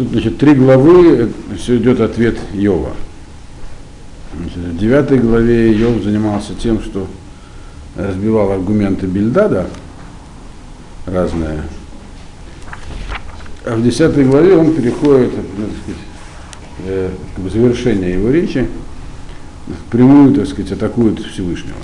тут, значит, 3 главы, все идет ответ Йова. Значит, в 9 главе Йов занимался тем, что разбивал аргументы Бильдада разные. А в 10 главе он переходит, так сказать, как бы завершение его речи, впрямую, так сказать, атакует Всевышнего,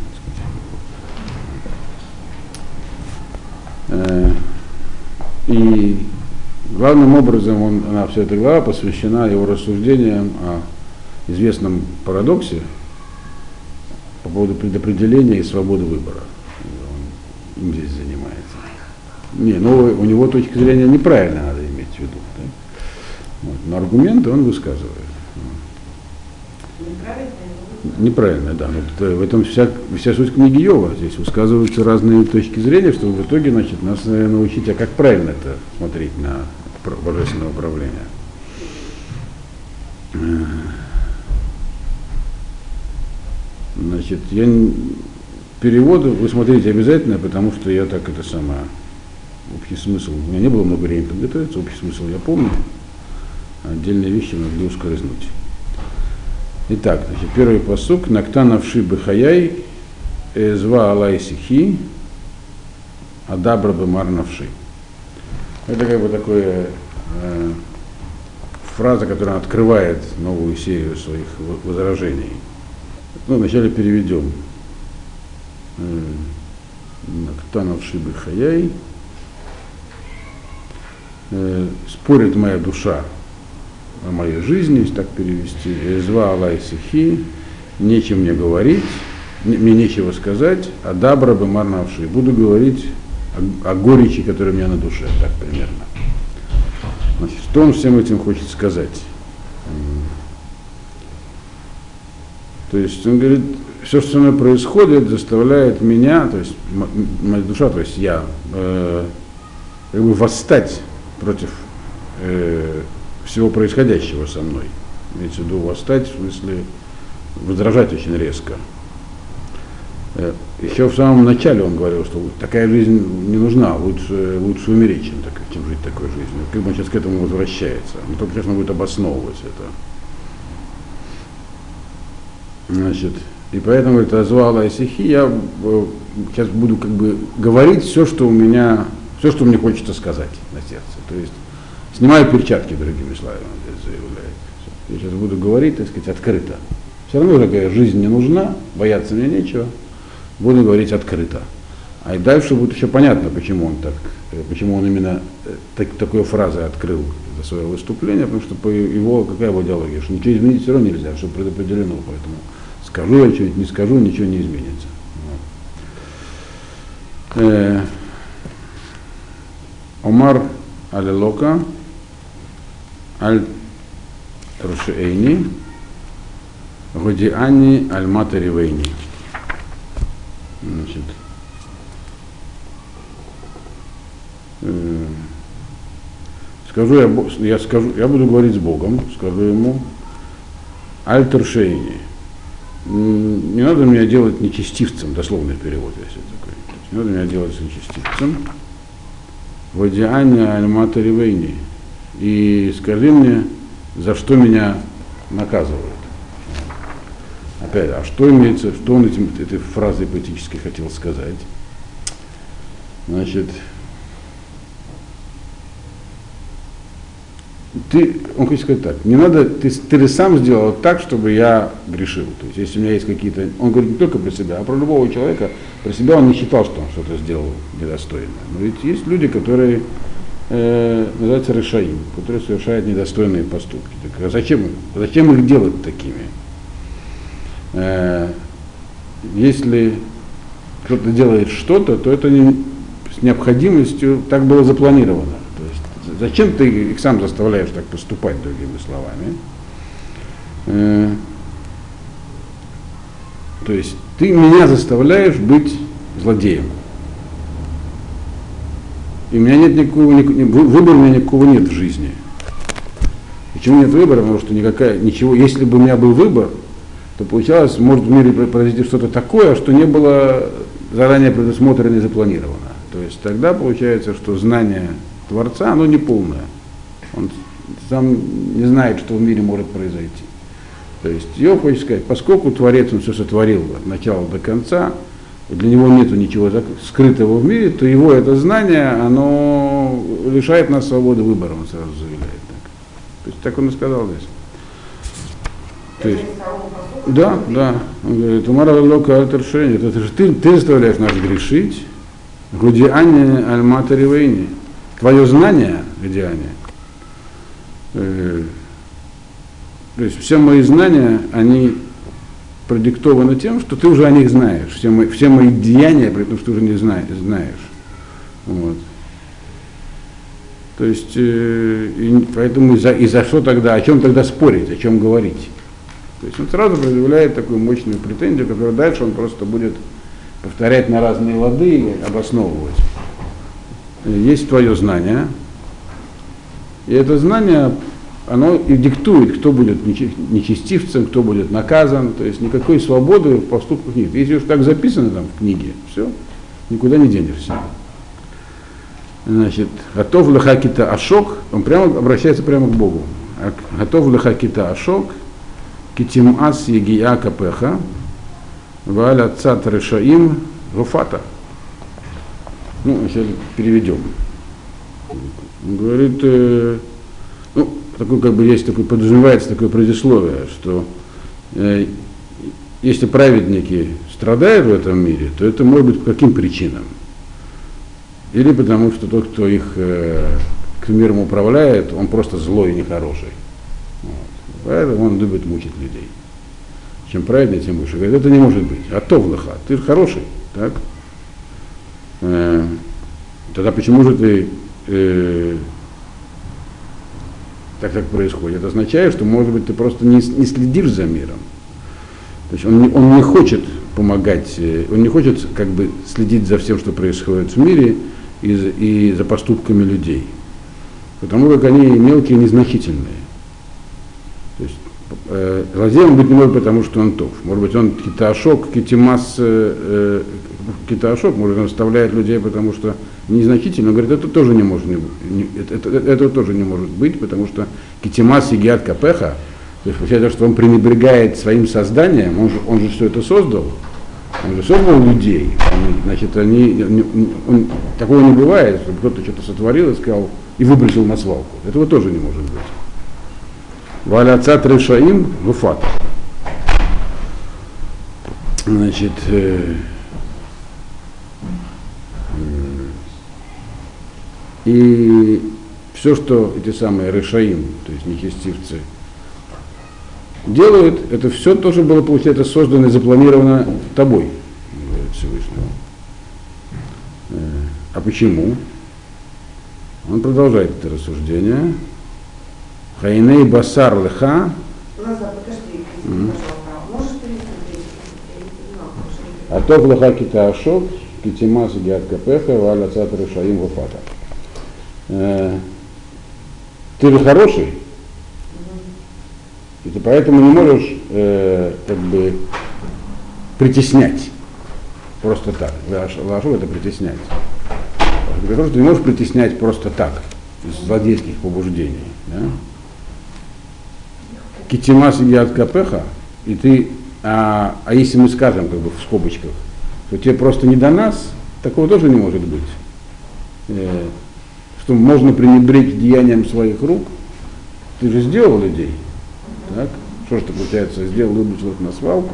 начинает, так сказать. И главным образом она, вся эта глава посвящена его рассуждениям о известном парадоксе по поводу предопределения и свободы выбора. Он им здесь занимается. Не, но у него точка зрения неправильная, надо иметь в виду. Да? Вот, но аргументы он высказывает. Неправильно, да. Но в этом вся суть книги Йова. Здесь высказываются разные точки зрения, чтобы в итоге, значит, нас научить, а как правильно это смотреть на божественное управление. Значит, переводы вы смотрите обязательно, потому что я так это самое, общий смысл, у меня не было много времени подготовиться, общий смысл я помню, а отдельные вещи могли ускользнуть. Итак, значит, первый пасук, Нактанавши бхаяй, эзва алай сихи, адабра бемарнавши. Это как бы такая фраза, которая открывает новую серию своих возражений. Ну, вначале переведем. Нактанавши бхаяй, спорит моя душа о моей жизни, если так перевести, «Эзва алай сихи», нечем мне говорить, мне нечего сказать, а дабра бемарнавши, буду говорить о горечи, которая у меня на душе, так примерно. Значит, что он всем этим хочет сказать? То есть он говорит, все, что со мной происходит, заставляет меня, то есть моя душа, то есть я, как бы восстать против всего происходящего со мной. Имеется в виду восстать, в смысле возражать очень резко. Еще в самом начале он говорил, что такая жизнь не нужна, лучше умереть, чем жить такой жизнью. Как бы он сейчас к этому возвращается. Но только сейчас он будет обосновывать это. Значит, и поэтому говорит, азвала исихи, я сейчас буду как бы говорить все, что мне хочется сказать на сердце. То есть снимаю перчатки, другими словами, он здесь заявляет. Я сейчас буду говорить, так сказать, открыто. Все равно такая жизнь не нужна, бояться мне нечего, буду говорить открыто. А и дальше будет еще понятно, почему он именно такой фразой открыл это свое выступление, потому что какая его идеология, что ничего изменить все равно нельзя, что предопределено, поэтому скажу я что-нибудь, не скажу, ничего не изменится. Омар алелока аль рушейни годиани аль матаривейни. Значит, я буду говорить с Богом, скажу ему аль торшейни. Не надо меня делать нечестивцем, дословный перевод, если такой. Не надо меня делать нечестивцем. Водиане аль-матаривейни. И скажи мне, за что меня наказывают. Опять, а что имеется, что он этой фразой поэтической хотел сказать? Значит, он хочет сказать так, не надо, ты сам сделал так, чтобы я грешил. То есть, если у меня есть какие-то, он говорит не только про себя, а про любого человека, про себя он не считал, что он что-то сделал недостойное. Но ведь есть люди, которые называются решаим, которые совершают недостойные поступки. Так, а зачем их делать такими? Если кто-то делает что-то, то это с необходимостью так было запланировано. То есть, зачем ты их сам заставляешь так поступать, другими словами? То есть ты меня заставляешь быть злодеем. И у меня нет выбора, у меня никакого нет в жизни. Почему нет выбора? Потому что ничего, если бы у меня был выбор, то получалось, может в мире произойти что-то такое, что не было заранее предусмотрено и запланировано. То есть тогда получается, что знание Творца, оно неполное. Он сам не знает, что в мире может произойти. То есть Иов хочет сказать, поскольку Творец он все сотворил от начала до конца, для него нет ничего скрытого в мире, то его это знание, оно лишает нас свободы выбора, он сразу заявляет так. То есть так он и сказал здесь. То есть, да. Он говорит, Умара Лока Альтершени, это же ты заставляешь нас грешить, Гудиане Аль-Матари Вейни. Твое знание, Гудиане, то есть все мои знания, они продиктованы тем, что ты уже о них знаешь. Все мои деяния, при том, что ты уже не знаешь. Вот. То есть, поэтому и за что тогда, о чем тогда спорить, о чем говорить? То есть он сразу предъявляет такую мощную претензию, которую дальше он просто будет повторять на разные лады и обосновывать. Есть твое знание, и это знание, оно и диктует, кто будет нечестивцем, кто будет наказан, то есть никакой свободы в поступках нет. Если уж так записано там в книге, все, никуда не денешься. Значит, Готов лехакита ашок, он прямо обращается прямо к Богу. Готов лехакита ашок, китимас егия капеха, валя цат решаим руфата. Ну, сейчас переведем. Он говорит, такой, как бы есть такой, подразумевается такое предисловие, что если праведники страдают в этом мире, то это может быть по каким причинам? Или потому что тот, кто их к миру управляет, он просто злой и нехороший. Вот. Поэтому он любит мучить людей. Чем праведнее, тем больше. Говорит, это не может быть. А то влаха, ты же хороший, так? Тогда почему же ты так происходит? Это означает, что, может быть, ты просто не следишь за миром. То есть он не хочет помогать, он не хочет как бы следить за всем, что происходит в мире и за поступками людей. Потому как они мелкие и незначительные. То есть злодеем быть не может, потому что он тов. Может быть, он китаашок, китаашок, может, он оставляет людей, потому что незначительно. Он говорит, это тоже не может, это тоже не может быть, потому что китимас егиат капеха, то есть получается, что он пренебрегает своим созданием, он же все это создал, он же создал людей, значит, такого не бывает, чтобы кто-то что-то сотворил и сказал, и выбросил на свалку. Этого тоже не может быть. Валя цат решаим гуфат. Значит, и все, что эти самые решаим, то есть нечестивцы, делают, это все тоже было, получается, создано и запланировано тобой, говорит Всевышнего. А почему? Он продолжает это рассуждение. Хайней басар леха. А то леха кита ашок, китимас гиат капеха, валя цат решаим вафата. Ты же хороший, и ты поэтому не можешь как бы притеснять просто так. Лашу это притеснять. Ты не можешь притеснять просто так, из злодейских побуждений. Да? Китимас егиат капеха, и ты, а если мы скажем, как бы в скобочках, то тебе просто не до нас, такого тоже не может быть. Что можно пренебречь деянием своих рук, ты же сделал людей. Так? Что ж ты, получается, сделал, выбросил их на свалку.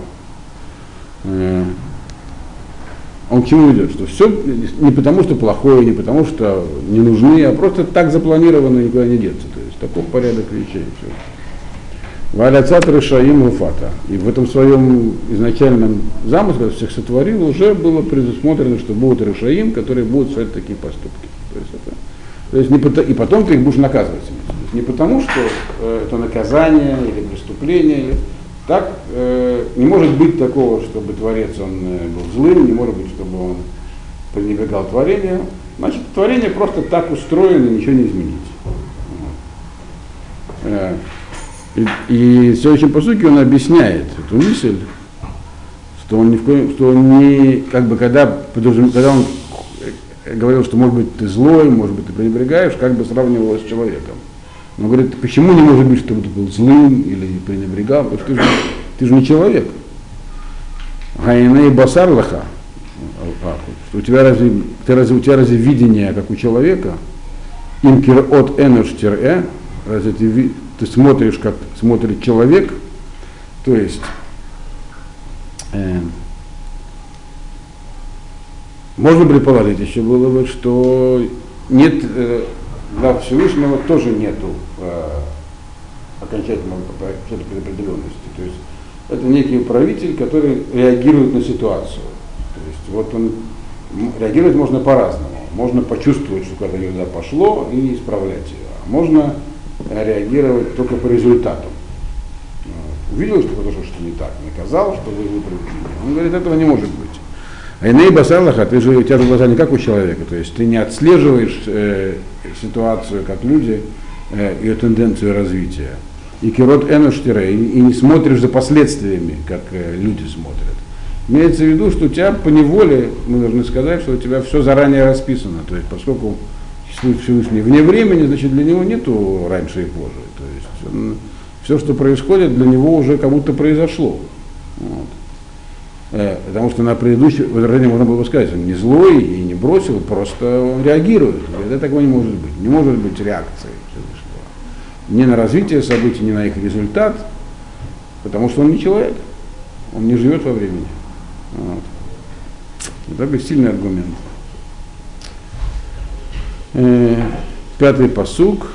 Он к чему идет? Что все не потому, что плохое, не потому, что не нужны, а просто так запланировано и никуда не деться. То есть такой порядок вещей. Валя цат решаим гуфата. И в этом своем изначальном замысле, всех сотворил, уже было предусмотрено, что будут решаим, которые будут совершать такие поступки. То есть и потом ты их будешь наказывать. Не потому, что это наказание или преступление. Так не может быть такого, чтобы Творец он был злым, не может быть, чтобы он пренебрегал творению. Значит, творение просто так устроено, ничего не изменить. И в следующем посуке он объясняет эту мысль, что он не как бы когда он говорил, что может быть ты злой, может быть ты пренебрегаешь, как бы сравнивал его с человеком. Он говорит, почему не может быть, чтобы ты был злым или пренебрегал? Потому что ты же не человек. Гайней басар лаха. У тебя разве видение, как у человека? Имкер от энуштер разве ты смотришь, как смотрит человек? То есть можно предположить еще было бы, что нет, для Всевышнего тоже нету окончательной предопределенности. То есть это некий правитель, который реагирует на ситуацию. То есть вот он реагировать можно по-разному. Можно почувствовать, что куда-то не туда пошло, и исправлять ее. А можно реагировать только по результату. Увидел, что кто-то что не так, наказал, что вы выправили. Он говорит, этого не может быть. Айней басалаха, у тебя же глаза не как у человека, то есть ты не отслеживаешь ситуацию, как люди, ее тенденцию развития. И кирот энуштире, и не смотришь за последствиями, как люди смотрят. Имеется в виду, что у тебя по неволе, мы должны сказать, что у тебя все заранее расписано. То есть, поскольку существует Всевышний вне времени, значит, для него нету раньше и позже. То есть все, что происходит, для него уже как будто произошло. Вот. Потому что на предыдущее возражение можно было сказать, он не злой и не бросил, просто он реагирует. Это такого не может быть. Не может быть реакции Всевышнего. Ни на развитие событий, ни на их результат, потому что он не человек. Он не живет во времени. Вот. Это такой сильный аргумент. 5-й пасук.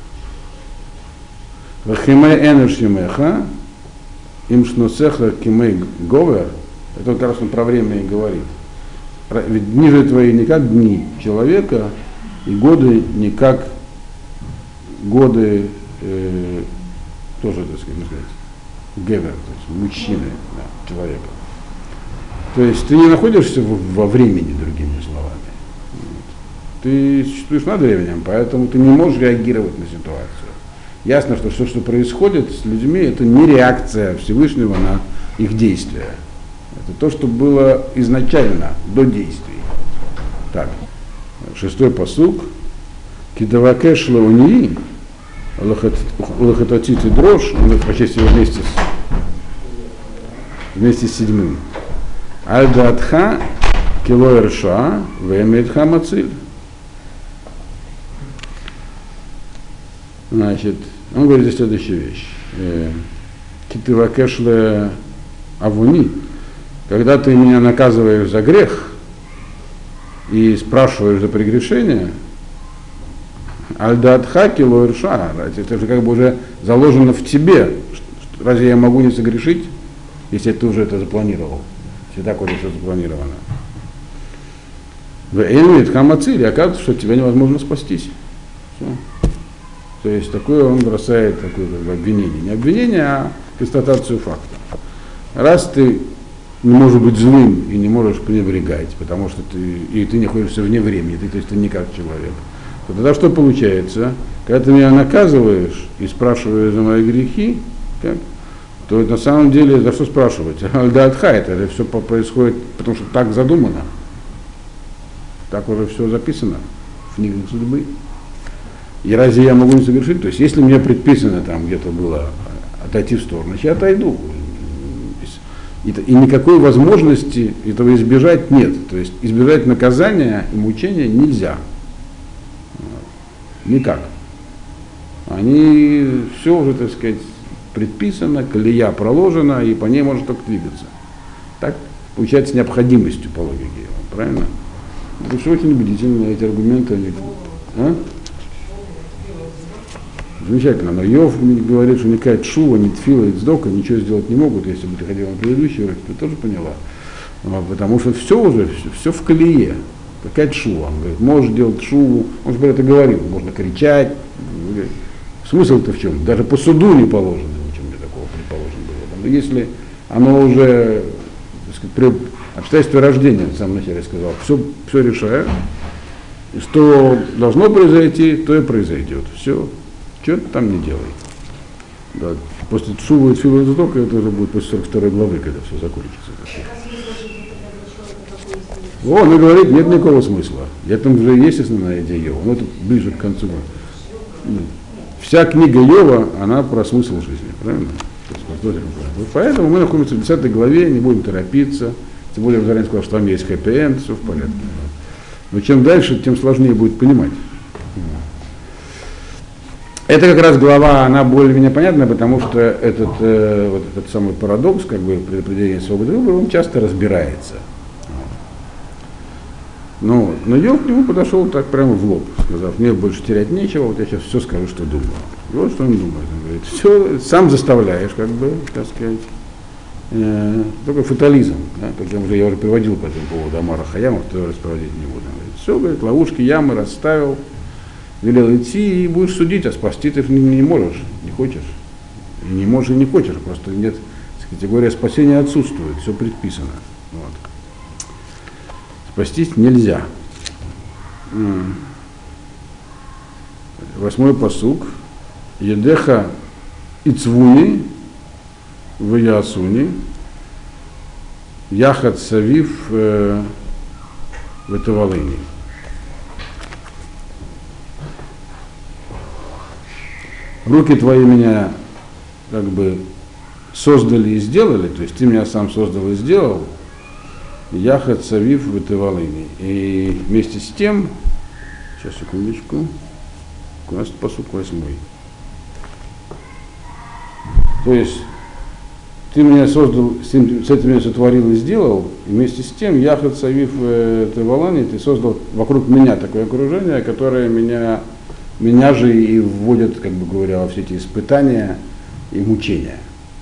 Вахимей энуш юмеха, им шносеха кимей говер. Это как раз он про время и говорит. Ведь дни же твои не как дни человека, и годы не как годы, тоже, так сказать, гевер, то есть мужчины, да, человека. То есть ты не находишься во времени, другими словами. Ты существуешь над временем, поэтому ты не можешь реагировать на ситуацию. Ясно, что все, что происходит с людьми, это не реакция Всевышнего на их действия. Это то, что было изначально, до действий. Так, 6-й пасук. Кидавакеш лаунии, лахататит и дрожь, он прочесть его вместе с 7-м. Альдатха килоэрша вэмедха мациль. Значит, он говорит здесь следующую вещь. Китывакешле авуни, когда ты меня наказываешь за грех и спрашиваешь за прегрешение, альдатха килоэрша, это же как бы уже заложено в тебе. Разве я могу не согрешить, если ты уже это запланировал? Если так уже все запланировано. В Эльмит Хамациль, оказывается, что тебя невозможно спастись. Все. То есть такое он бросает такое как бы обвинение. Не обвинение, а констатацию факта. Раз ты не можешь быть злым и не можешь пренебрегать, потому что ты находишься вне времени, то есть ты не как человек, то тогда что получается? Когда ты меня наказываешь и спрашиваешь за мои грехи, как, то на самом деле за что спрашивать? Альдатха, это все происходит, потому что так задумано. Так уже все записано в книге судьбы. И разве я могу не совершить? То есть, если мне предписано там где-то было отойти в сторону, я отойду. И никакой возможности этого избежать нет. То есть избежать наказания и мучения нельзя. Никак. Они все уже, так сказать, предписано, колея проложена, и по ней можно только двигаться. Так получается необходимостью по логике. Правильно? Это все очень убедительно, эти аргументы. А? Замечательно, но Йов говорит, что никакая тшува, ни тфила, ни цдока ничего сделать не могут, если бы ты ходил на предыдущий урок, ты тоже поняла. Потому что все уже, все в колее. Какая тшува? Он говорит, можешь делать тшуву, он же про это говорил, можно кричать. Смысл-то в чем? Даже по суду не положено, ничем мне такого предположено было. Но если оно уже, так сказать, при обстоятельстве рождения, в самом начале сказал, все решает, и что должно произойти, то и произойдет. Все. Что ты там не делай. Да. После Тшува и Тфила Цдока это уже будет после 42 главы, когда все закончится. Он и говорит, нет никакого смысла. В этом же есть основная идея. Но это ближе к концу. вся книга Йова, она про смысл жизни, правильно? Поэтому мы находимся в 10 главе, не будем торопиться, тем более заранее сказал, что там есть хэппи-энд, все в порядке. Но чем дальше, тем сложнее будет понимать. Это как раз глава, она более-менее понятна, потому что вот этот самый парадокс, как бы предопределение свободы выбора, он часто разбирается. Но Йов к нему подошел так прямо в лоб, сказав, мне больше терять нечего, вот я сейчас все скажу, что думаю. И вот что он думает. Он говорит, все, сам заставляешь, как бы, так сказать, только фатализм. Да, как я уже приводил по этому поводу Амара Хаяма, который раз проводить не буду. Он говорит, все, говорит, ловушки, ямы расставил, велел идти и будешь судить, а спасти ты не можешь, не хочешь. И не можешь и не хочешь, просто нет, категория спасения отсутствует, все предписано. Вот. Спастись нельзя. 8 пасук. Едеха ицвуни в ясуни, яхат савив в Тавалыни. Руки твои меня как бы создали и сделали, то есть ты меня сам создал и сделал, Яхат Савив в Тавалыни. И вместе с тем, сейчас секундочку, у нас пасук 8. То есть ты меня создал, с этим меня сотворил и сделал, и вместе с тем Яхат Савив в Тавалыни, ты создал вокруг меня такое окружение, которое меня же и вводит, как бы говоря, во все эти испытания и мучения.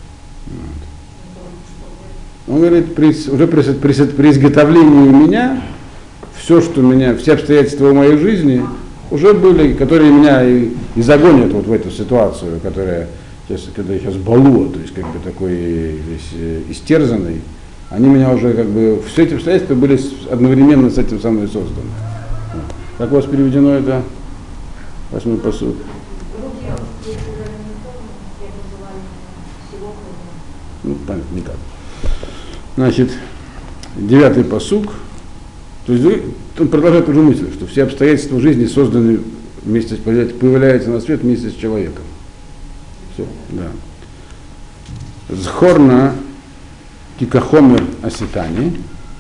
Он говорит, уже при изготовлении меня, все обстоятельства в моей жизни уже были, которые меня и загонят вот в эту ситуацию, когда я сейчас балуа, то есть как бы такой весь истерзанный, они меня уже как бы, все эти обстоятельства были одновременно с этим со мной созданы. Как у вас переведено это? 8 пасук. Ну, понятно, никак. Значит, 9 пасук. То есть он продолжает ту же мысль, что все обстоятельства жизни созданы вместе появляются на свет вместе с человеком. Все, да. Зхорна кикахомер аситани,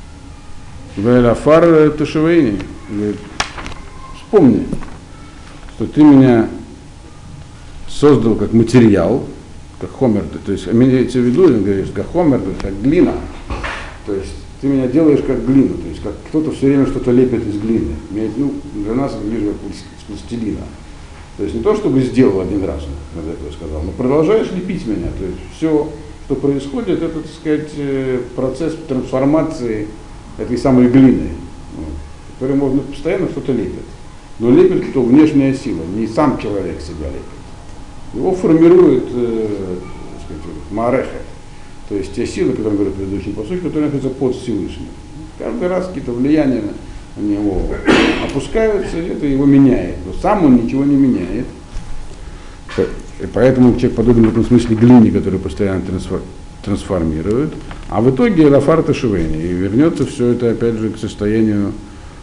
вэлафар тушевейни. Вспомни, что ты меня создал как материал, как хомер, то есть имеется в виду, он говорит, как хомер, то есть как глина, то есть ты меня делаешь как глину, то есть как кто-то все время что-то лепит из глины. Ну, для нас это ближе как из пластилина. То есть не то, чтобы сделал один раз, как я это сказал, но продолжаешь лепить меня. То есть все, что происходит, это, так сказать, процесс трансформации этой самой глины, который можно постоянно что-то лепит. Но лепит кто? Внешняя сила, не сам человек себя лепит. Его формирует Маареха, то есть те силы, которые говорят в предыдущем посуке, которые находятся под Всевышним. Каждый раз какие-то влияния на него опускаются, и это его меняет. Но сам он ничего не меняет. И поэтому человек подобен в этом смысле глине, которую постоянно трансформирует. А в итоге Лафар Ташевени. И вернется все это опять же к состоянию,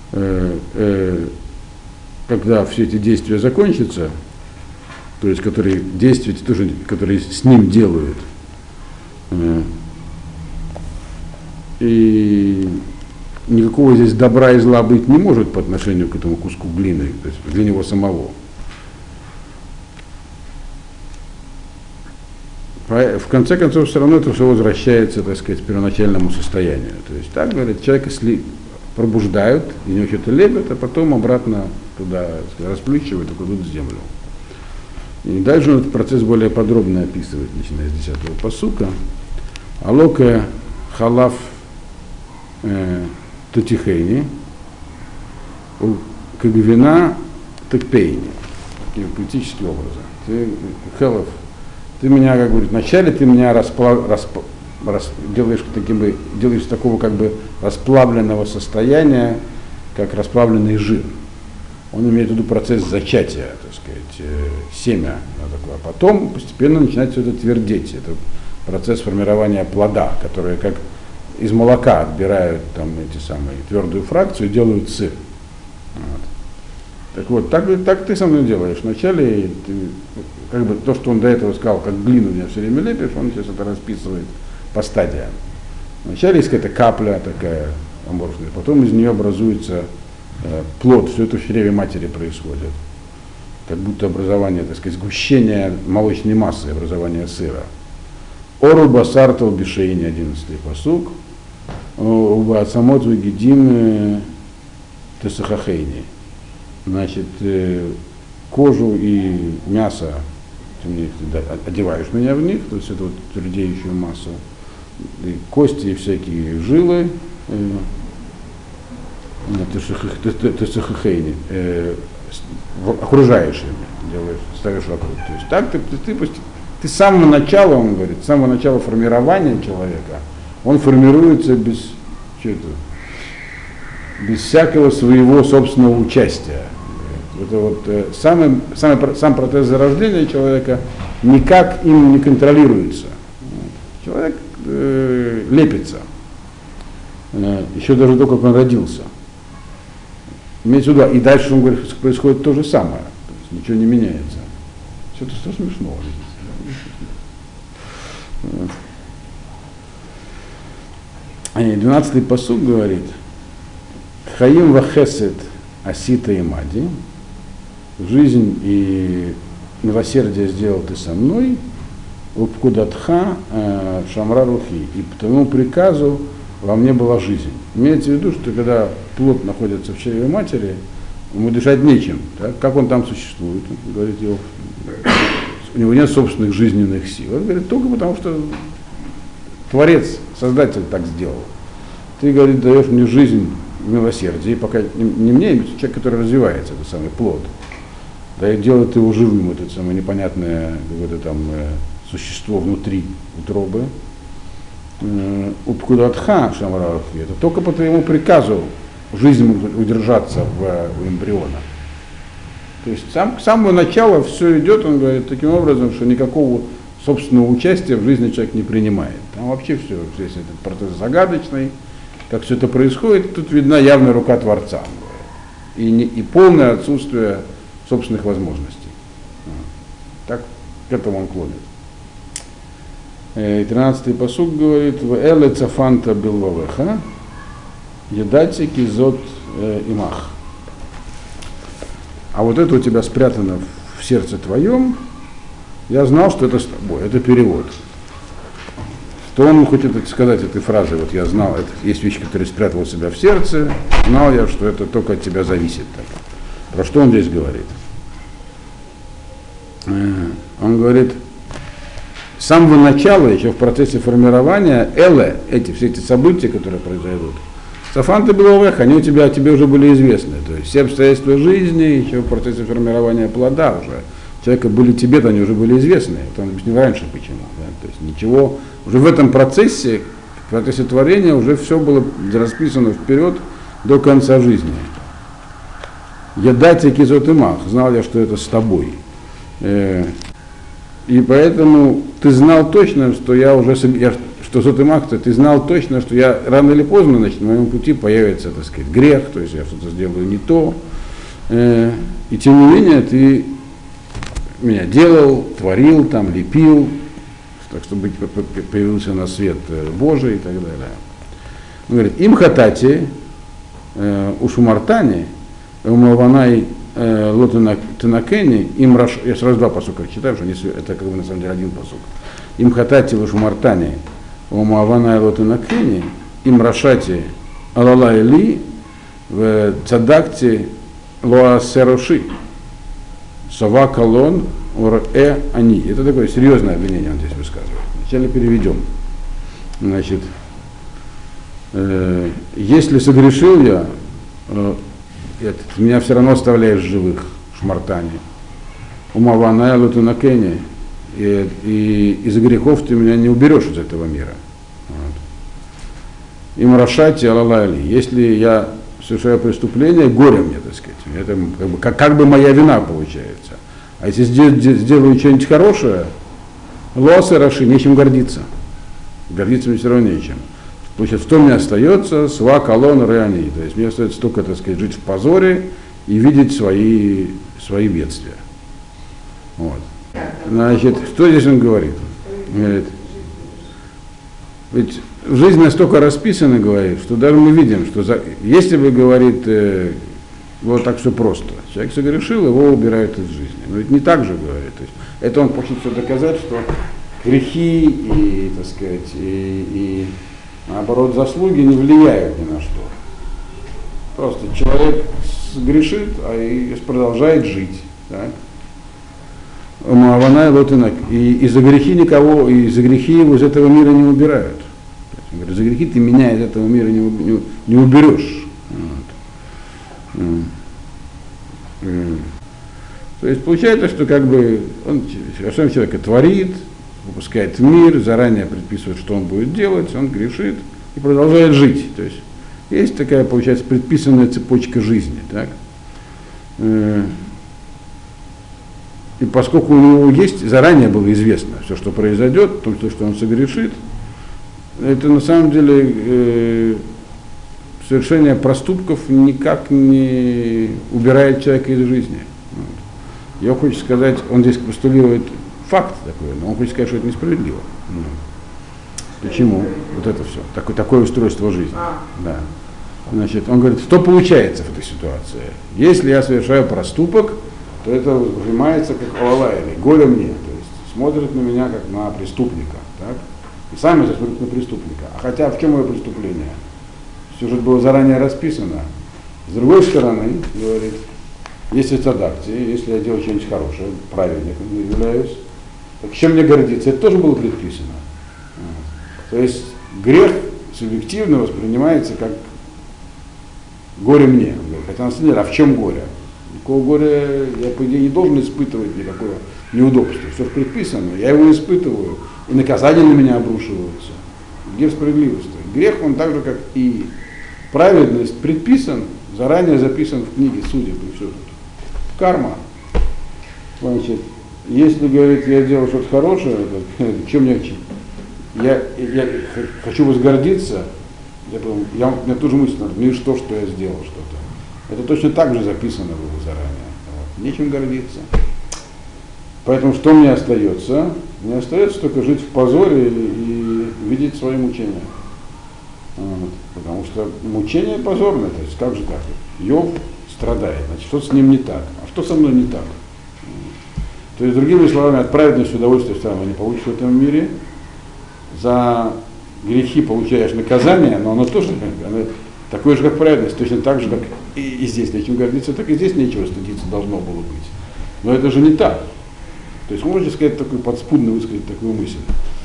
когда все эти действия закончатся, то есть которые действия тоже, которые с ним делают. И никакого здесь добра и зла быть не может по отношению к этому куску глины, то есть для него самого. В конце концов, все равно это все возвращается, так сказать, к первоначальному состоянию. То есть так, говорят, человека пробуждают, и него что-то лепят, а потом обратно туда расплющивают и кладут в землю. И дальше он этот процесс более подробно описывает, начиная с 10-го пасука. Алока халав татихейни, как вина такпейни. Таким поэтическим образом. Ты, халав, ты меня, как говорит, вначале ты меня делаешь такого как бы расплавленного состояния, как расплавленный жир. Он имеет в виду процесс зачатия, так сказать, семя такое. А потом постепенно начинает все это твердеть. Это процесс формирования плода, который как из молока отбирают там эти самые твердую фракцию и делают сыр. Вот. Так вот, так ты со мной делаешь. Вначале ты, как бы то, что он до этого сказал, как глину меня все время лепишь, он сейчас это расписывает по стадиям. Вначале есть какая-то капля такая аморфная, потом из нее образуется плод, все это в чреве матери происходит. Как будто образование, так сказать, сгущение молочной массы, образование сыра. Ору басартал бишейни, 11-й пасук. Уба самот вегедим тесахахейни. Значит, кожу и мясо, ты одеваешь меня в них, то есть это вот твердеющую массу, и кости и всякие жилы, тесахахейни, окружаешь ими, делаешь, ставишь вокруг. То есть так ты с самого начала, он говорит, с самого начала формирования человека, он формируется без всякого своего собственного участия. Это вот сам процесс зарождения человека никак им не контролируется. Человек лепится, еще даже только как он родился. Имеется в виду, и дальше, он говорит, происходит то же самое, то есть ничего не меняется. Что-то смешного. 12-й пасук говорит: Хаим вахесет асита и мади, жизнь и милосердие сделал ты со мной, упкудатха шамра рухи, и по твоему приказу во мне была жизнь. Имеется в виду, что когда плод находится в чреве матери, ему дышать нечем. Так? Как он там существует? Он говорит, у него нет собственных жизненных сил. Он говорит, только потому что Творец, Создатель так сделал. Ты, говорит, даешь мне жизнь в милосердии, пока не мне, а человек, который развивается, это самый плод. Да и делает его живым, это самое непонятное какое-то там существо внутри утробы. Упкудатха шамрарахи, это только по твоему приказу жизнь может удержаться у эмбриона. То есть с самого начала все идет, он говорит, таким образом, что никакого собственного участия в жизни человек не принимает. Там вообще все, здесь этот процесс загадочный, как все это происходит, тут видна явная рука Творца, и полное отсутствие собственных возможностей. Так к этому он клонит. 13-й пасук говорит: в эле цафанта билвавеха, едати кизот имах. А вот это у тебя спрятано в сердце твоем, я знал, что это с тобой. Это перевод. Что он хочет сказать этой фразой, вот я знал, это есть вещь, которая спрятала себя в сердце, знал я, что это только от тебя зависит. Так. Про что он здесь говорит? Он говорит, с самого начала, еще в процессе формирования, все эти события, которые произойдут, Сафанты Беловех, они тебе уже были известны. То есть все обстоятельства жизни, еще в процессе формирования плода уже, человека были тебе-то, они уже были известны. Это он объяснил раньше почему. Да? То есть ничего, уже в этом процессе, в процессе творения уже все было расписано вперед до конца жизни. Ядати кизот имах, знал я, что это с тобой. И поэтому ты знал точно, что что Зотымах, ты знал точно, что я рано или поздно, значит, на моем пути появится, так сказать, грех, то есть я что-то сделаю не то. И тем не менее ты меня делал, творил, там, лепил, так чтобы появился на свет Божий и так далее. Он говорит, им хатати, ушумартани, умаванай лотенакени, им раш... Я сразу два пасука читаю, что это как бы на самом деле один пасук. Им хатати ушумартани, умаванай лотенакени, им рашати алала или в цадакти лоасеруши. Сова колон они. Это такое серьезное обвинение он здесь высказывает. Вначале переведем. Значит, если согрешил я, ты меня все равно оставляешь живых, шмартани. Умаваная лутунакени, и из грехов ты меня не уберешь из этого мира. Вот. И марашати алалайли. Если я совершаю преступление, горе мне, так сказать. Это как бы моя вина получается. А если сделаю что-нибудь хорошее, лосы раши, нечем гордиться. Гордиться мне все равно нечем. Значит, что мне остается? Сва колон реани. То есть мне остается только, так сказать, жить в позоре и видеть свои бедствия. Вот. Значит, что здесь он говорит? Говорит, ведь жизнь настолько расписана, говорит, что даже мы видим, что если бы, говорит, вот так все просто, человек согрешил, его убирают из жизни. Но ведь не так же, говорит. То есть, это он хочет все доказать, что грехи и, так сказать, и наоборот заслуги не влияют ни на что. Просто человек грешит, и продолжает жить. Так? И за грехи никого, и за грехи его из этого мира не убирают. Он говорит, за грехи ты меня из этого мира не уберешь. Вот. То есть получается, что как бы он человека творит, выпускает в мир, заранее предписывает, что он будет делать, он грешит и продолжает жить. То есть такая, получается, предписанная цепочка жизни. Так? И поскольку у него есть, заранее было известно все, что произойдет, то, что он согрешит, это на самом деле совершение проступков никак не убирает человека из жизни. Вот. Я хочу сказать, он здесь постулирует факт такой, но он хочет сказать, что это несправедливо. Почему? Вот это все. Такое устройство жизни. Да. Значит, он говорит, что получается в этой ситуации? Если я совершаю проступок, то это воспринимается как олалайли, горе мне, то есть смотрят на меня как на преступника, так? И сами смотрят на преступника. А хотя в чем мое преступление? Все же было заранее расписано. С другой стороны, говорит, если цадакти, если я делаю что-нибудь хорошее, праведником являюсь, так чем мне гордиться? Это тоже было предписано. То есть грех субъективно воспринимается как горе мне. Хотя на самом деле, а в чем горе? Никакого горя я, по идее, не должен испытывать никакого неудобства. Все же предписано, я его испытываю, и наказания на меня обрушиваются. Где справедливость? Грех, он так же, как и праведность, предписан, заранее записан в книге судеб и все тут. Карма. Значит, если, говорит, я делал что-то хорошее, чем мне я хочу возгордиться, у меня тоже мысль, ну и что я сделал что-то. Это точно так же записано было заранее. Вот. Нечем гордиться. Поэтому что мне остается? Мне остается только жить в позоре и видеть свои мучения. Вот. Потому что мучение позорное. То есть как же так? Йов страдает. Значит, что с ним не так? А что со мной не так? То есть, другими словами, от праведности удовольствия все равно не получишь в этом мире. За грехи получаешь наказание, но оно тоже такое же, как праведность, точно так же, как и здесь нечем гордиться, так и здесь нечего стыдиться должно было быть. Но это же не так. То есть можете сказать, такой подспудно высказать такую мысль.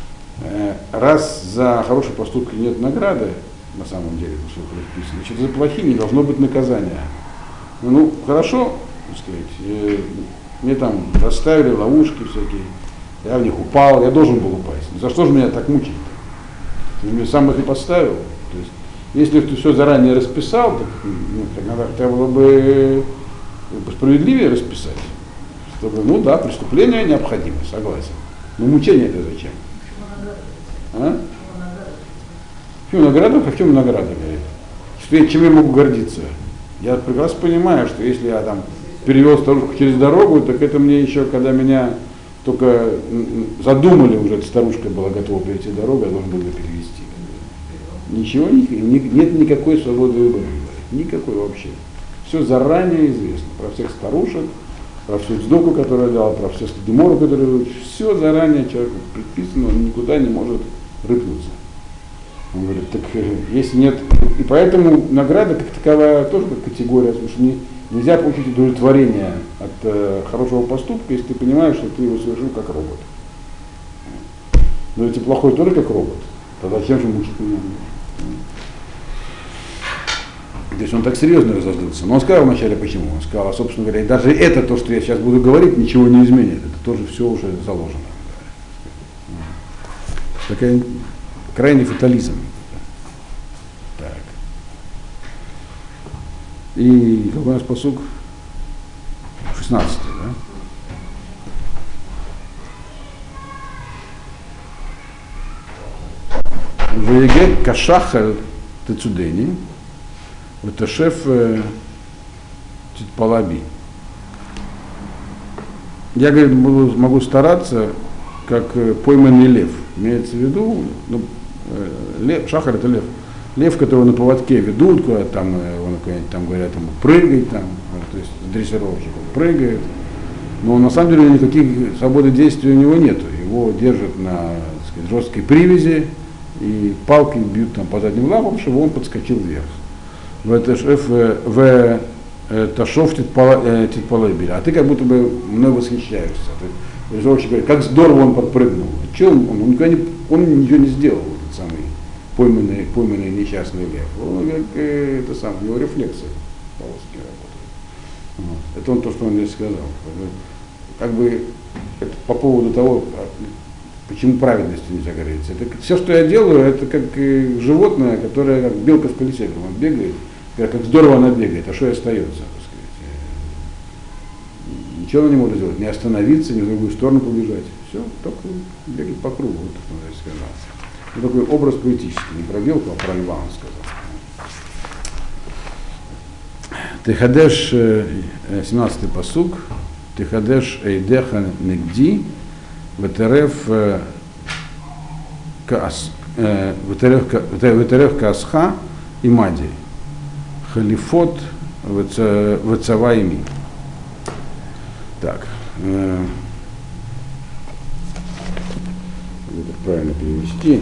Раз за хорошие поступки нет награды, на самом деле, все предписано, значит, за плохие не должно быть наказания. Ну, хорошо, так сказать, мне там расставили ловушки всякие, я в них упал, я должен был упасть. За что же меня так мучить-то? Ты мне сам их и подставил. То есть, если ты все заранее расписал, так надо хотя бы справедливее расписать. Чтобы, ну да, преступление необходимо, согласен. Но мучение это зачем? А? В чем награда? А в чем награда, говорит? Что чем я могу гордиться? Я прекрасно понимаю, что если я там перевел старушку через дорогу, так это мне еще, когда меня только задумали уже, эта старушка была готова перейти дорогу, я должен был ее перевести. Ничего, нет никакой свободы выбора. Никакой вообще. Все заранее известно. Про всех старушек, про всю цдоку, которую я дал, про все стадимору, которые все заранее человеку предписано, он никуда не может рыпнуться. Он говорит, так если нет, и поэтому награда как таковая тоже как категория, потому что нельзя получить удовлетворение от хорошего поступка, если ты понимаешь, что ты его совершил как робот. Но если плохой тоже как робот, тогда зачем же мучить меня? То есть он так серьезно разозлился. Но он сказал вначале почему. Он сказал, собственно говоря, даже это, то, что я сейчас буду говорить, ничего не изменит. Это тоже все уже заложено. Такой крайний фатализм. Так. И какой у нас посук? 16, да? Веге кашахаль тецудени, ваташеф Титпалаби. Я, говорит, могу стараться, как пойманный лев. Имеется в виду, ну, лев, шахар это лев. Лев, которого на поводке ведут, куда там, он, там говорят, ему прыгай, там, то есть дрессировщик, он прыгает. Но на самом деле никаких свободы действия у него нету. Его держат на, так сказать, жесткой привязи и палкой бьют там по задним лапам, чтобы он подскочил вверх. В Ташов Титпалэбель. А ты как будто бы мной восхищаешься. Дрессировщик говорит, как здорово он подпрыгнул. Он ничего не сделал, этот самый пойманный несчастный лев. Он, это самое, у него рефлексы полоски работают. Вот. Это он то, что он здесь сказал. Как бы это по поводу того, почему праведностью нельзя гордиться. Это все, что я делаю, это как животное, которое как белка в колесе, он бегает, как здорово она бегает, а что и остается, так сказать. Ничего она не может сделать, не остановиться, ни в другую сторону побежать. Все, только бегать по кругу, вот что он здесь сказал. Вот такой образ поэтический, не про белку, а про льва он сказал. Техадеш, 17-й пасук, Техадеш эйдеха негди, ветерев каасха и мади, халифот вецавайми. Так, это правильно перевести.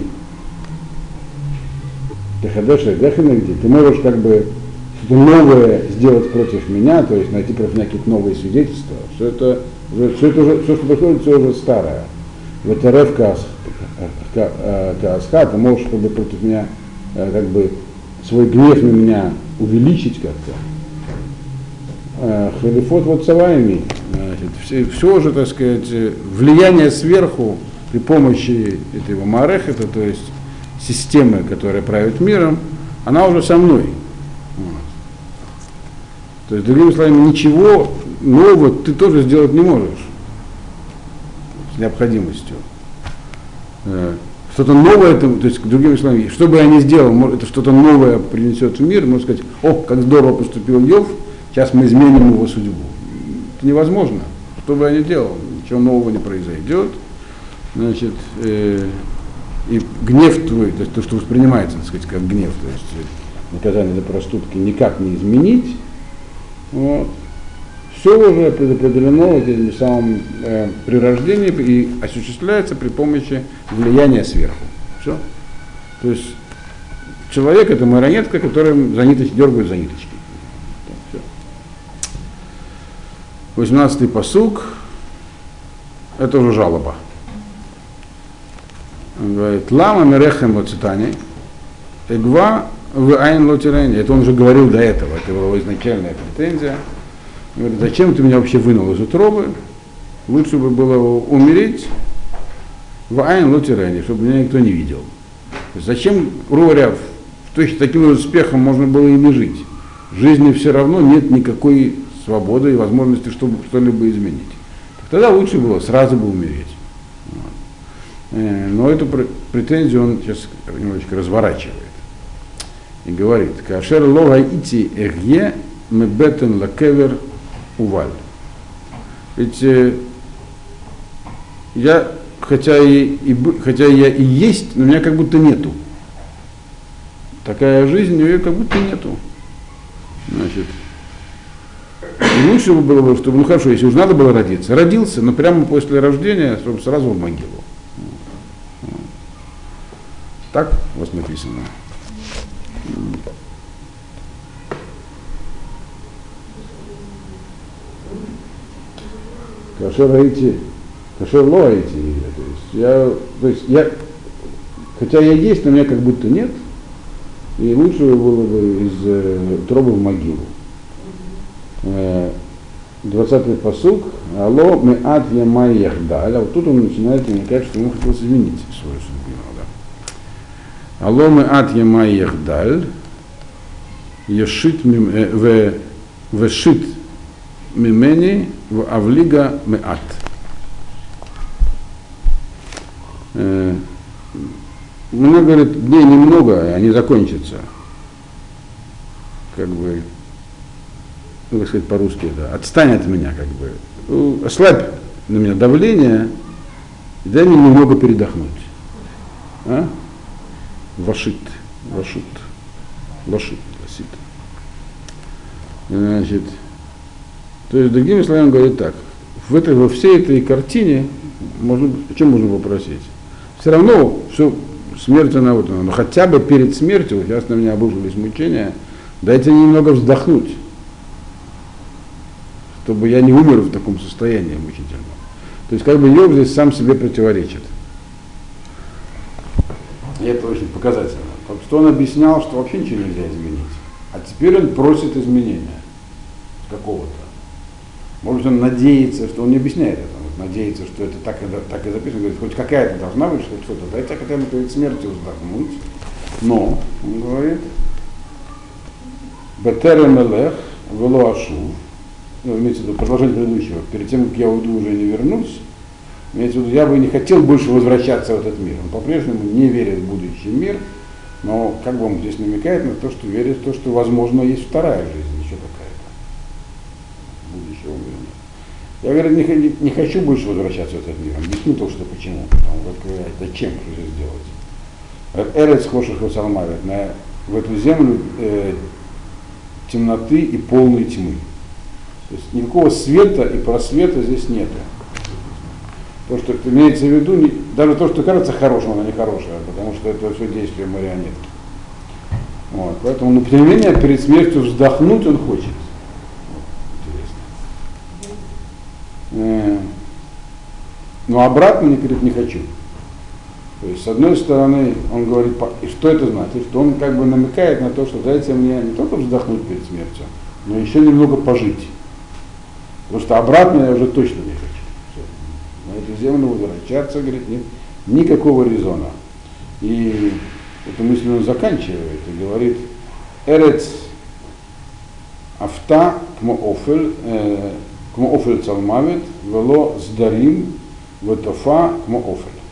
Техадеш эйдеха негди, ты можешь как бы что-то новое сделать против меня, то есть найти против меня какие-то новые свидетельства, все, что происходит, все уже старое. ВТРФ Каасха, ты можешь как бы против меня, как бы свой гнев на меня увеличить как-то. Халифот вот савайми, все уже, так сказать, влияние сверху при помощи этого Маарехета, то есть системы, которая правит миром, она уже со мной. То есть, другими словами, ничего нового ты тоже сделать не можешь с необходимостью. Что-то новое, то есть, другими словами, что бы я ни сделал, это что-то новое принесет в мир, можно сказать, о, как здорово поступил Йов, сейчас мы изменим его судьбу. Это невозможно. Что бы я ни делал, ничего нового не произойдет. Значит, и гнев твой, то есть то, что воспринимается, так сказать, как гнев, то есть наказание за проступки никак не изменить. Вот. Все уже предопределено этим самым при рождении и осуществляется при помощи влияния сверху. Все. То есть человек это марионетка, которым за ниточки дергают за ниточки. 18-й пасук, это уже жалоба. Он говорит, лама мерехем лоцитани, эгва в айн лотирени. Это он уже говорил до этого, это была его изначальная претензия. Он говорит, зачем ты меня вообще вынул из утробы? Лучше бы было умереть в айн лотирени, чтобы меня никто не видел. То есть зачем, грубо говоря, с таким успехом можно было и не жить? В жизни все равно нет никакой свободы и возможности что-либо изменить. Тогда лучше было сразу бы умереть. Но эту претензию он сейчас немножечко разворачивает и говорит: «Кашер лога ити эхе мебетен лакевер уваль». Ведь я, хотя я и есть, но меня как будто нету. Такая жизнь, ее как будто нету. Значит, и лучше было бы, чтобы, ну хорошо, если уж надо было родиться, родился, но прямо после рождения, чтобы сразу в могилу. Так у вас написано. Кашер лоаити, то есть я, хотя я есть, но меня как будто нет, и лучше было бы из утробы в могилу. 20-й пасук, алло меат ямай яхдаль, а вот тут он начинает намекать, что ему хотелось изменить свою судьбу. Да. Алло меат ямай яхдаль, ешит вешит мимени в авлига меат. Много, говорит, дней немного, они закончатся. Как бы ну, как сказать по-русски, да, отстань от меня, как бы, ослабь на меня давление, и дай мне немного передохнуть. А? Вашит. Ласит. Значит, то есть, другими словами, он говорит так, во всей этой картине, о чем можно попросить? Все равно все, смерть она вот она, но хотя бы перед смертью, сейчас на меня обрушились мучения, дайте немного вздохнуть, чтобы я не умер в таком состоянии мучительном. То есть, как бы Йов здесь сам себе противоречит. И это очень показательно. Потому что он объяснял, что вообще ничего нельзя изменить. А теперь он просит изменения какого-то. Может, он надеется, что он не объясняет это, он надеется, что это так и записано, говорит, хоть какая-то должна быть, хоть что-то, дайте хотя бы перед смертью вздохнуть. Но, он говорит, Бетерем элех, вело ашув, имеется в виду продолжение предыдущего, перед тем, как я уйду, уже не вернусь, имеется в виду, я бы не хотел больше возвращаться в этот мир. Он по-прежнему не верит в будущий мир, но как бы он здесь намекает на то, что верит в то, что, возможно, есть вторая жизнь, еще какая-то. Будущего мира. Я, говорит, не хочу больше возвращаться в этот мир. Объясню то, что почему. Зачем, что здесь делать. Эрец хоших васалмавит, в эту землю темноты и полной тьмы. То есть никакого света и просвета здесь нет. То, что имеется в виду, даже то, что кажется хорошим, оно не хорошее, потому что это все действие марионетки. Вот, поэтому, но тем не менее, перед смертью вздохнуть он хочет. Интересно. Но обратно не говорит, не хочу. То есть, с одной стороны, он говорит, и что это значит? Что он как бы намекает на то, что дайте мне не только вздохнуть перед смертью, но еще немного пожить. Потому что обратно я уже точно не хочу. На эту землю возвращаться, говорит, нет никакого резона. И эту мысль он заканчивает и говорит, Эрец Афта кмо офель цалмавит, вело сдарим, ветофа кмо офель.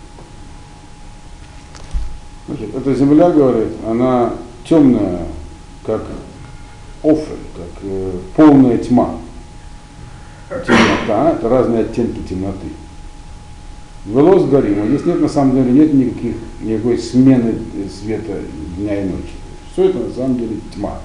Значит, эта земля, говорит, она темная, как офель, как полная тьма. Темнота, это разные оттенки темноты. Вело сгоримо. Здесь нет, на самом деле, нет никакой смены света дня и ночи. Все это на самом деле тьма.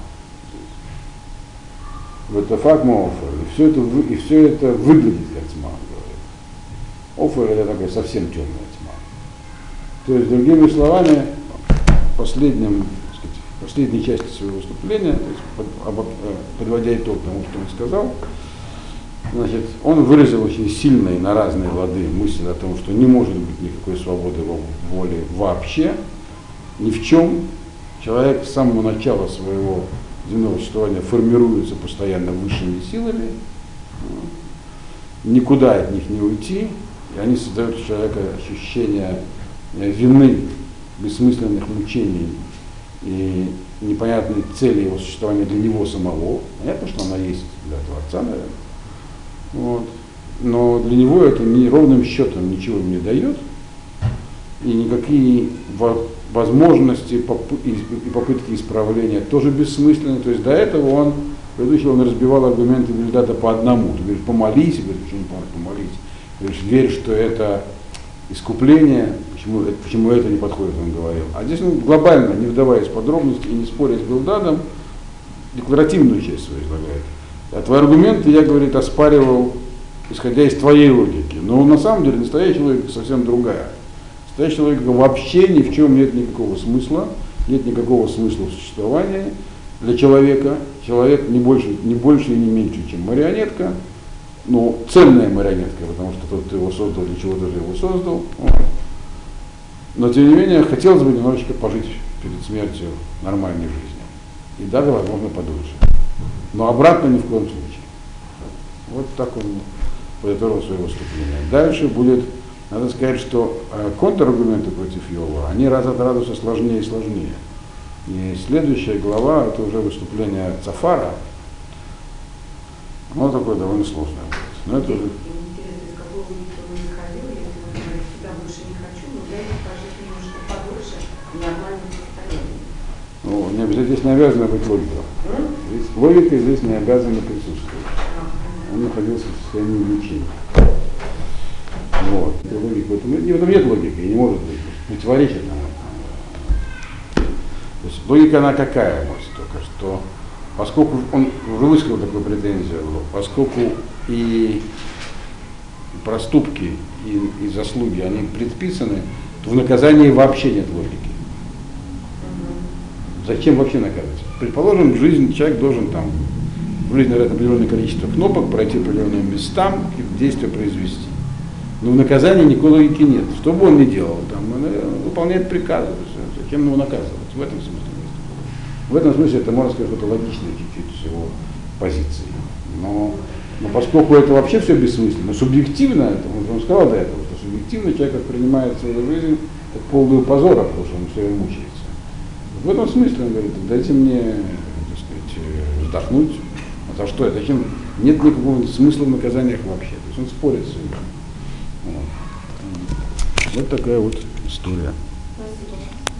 Это факт офер. И все это выглядит как тьма, говорит. Офер это такая совсем темная тьма. То есть, другими словами, в последней части своего выступления, то есть, подводя итог тому, что он сказал, значит, он выразил очень сильные на разные лады мысль о том, что не может быть никакой свободы воли вообще, ни в чем. Человек с самого начала своего земного существования формируется постоянно высшими силами, никуда от них не уйти, и они создают у человека ощущение вины, бессмысленных мучений и непонятной цели его существования для него самого. Понятно, что она есть для Творца, наверное. Вот. Но для него это ровным счетом ничего не дает, и никакие возможности и попытки исправления тоже бессмысленны. То есть до этого он разбивал аргументы Вильдата по одному. Ты говоришь, помолись, говоришь, почему не помолись? Ты говоришь, верь, что это искупление, почему это не подходит, он говорил. А здесь он глобально, не вдаваясь в подробности и не споря с Билдадом, декларативную часть свою излагает. А твои аргументы я, говорит, оспаривал, исходя из твоей логики. Но на самом деле настоящая логика совсем другая. Настоящая логика вообще ни в чем нет никакого смысла, нет никакого смысла в существовании для человека. Человек не больше и не меньше, чем марионетка, но ценная марионетка, потому что тот, кто его создал, для чего даже его создал. Вот. Но тем не менее, хотелось бы немножечко пожить перед смертью нормальной жизнью. И даже, возможно, подольше. Но обратно ни в коем случае. Вот так он подытожил свое выступление. Дальше будет, надо сказать, что контраргументы против Йова, они раз от радуса сложнее и сложнее. И следующая глава, это уже выступление Цафара, оно такое довольно сложное будет. Но это уже... Здесь не обязана быть логика. Логика здесь не обязана присутствовать. Он находился в состоянии лечения. Вот. Логика, в этом нет логики, и не может быть. Противоречит нам. То есть логика она какая, может, только что, поскольку он уже высказал такую претензию, поскольку и проступки, и заслуги, они предписаны, то в наказании вообще нет логики. Зачем вообще наказывать? Предположим, в жизни человек должен там, в жизни определенное количество кнопок, пройти определенным местам и действия произвести. Но в наказании никакой логики нет. Что бы он ни делал, там, он выполняет приказы. Зачем его наказывать? В этом смысле. В этом смысле это, можно сказать, что это логичная чуть-чуть его позиции. Но поскольку это вообще все бессмысленно, субъективно, это, он сказал до этого, что субъективно человек воспринимает свою жизнь как полную позора, потому что он все время мучается. В этом смысле он говорит, дайте мне, так сказать, вздохнуть. А за что? Зачем? Нет никакого смысла в наказаниях вообще. То есть он спорит с этим. Вот такая вот история. Спасибо.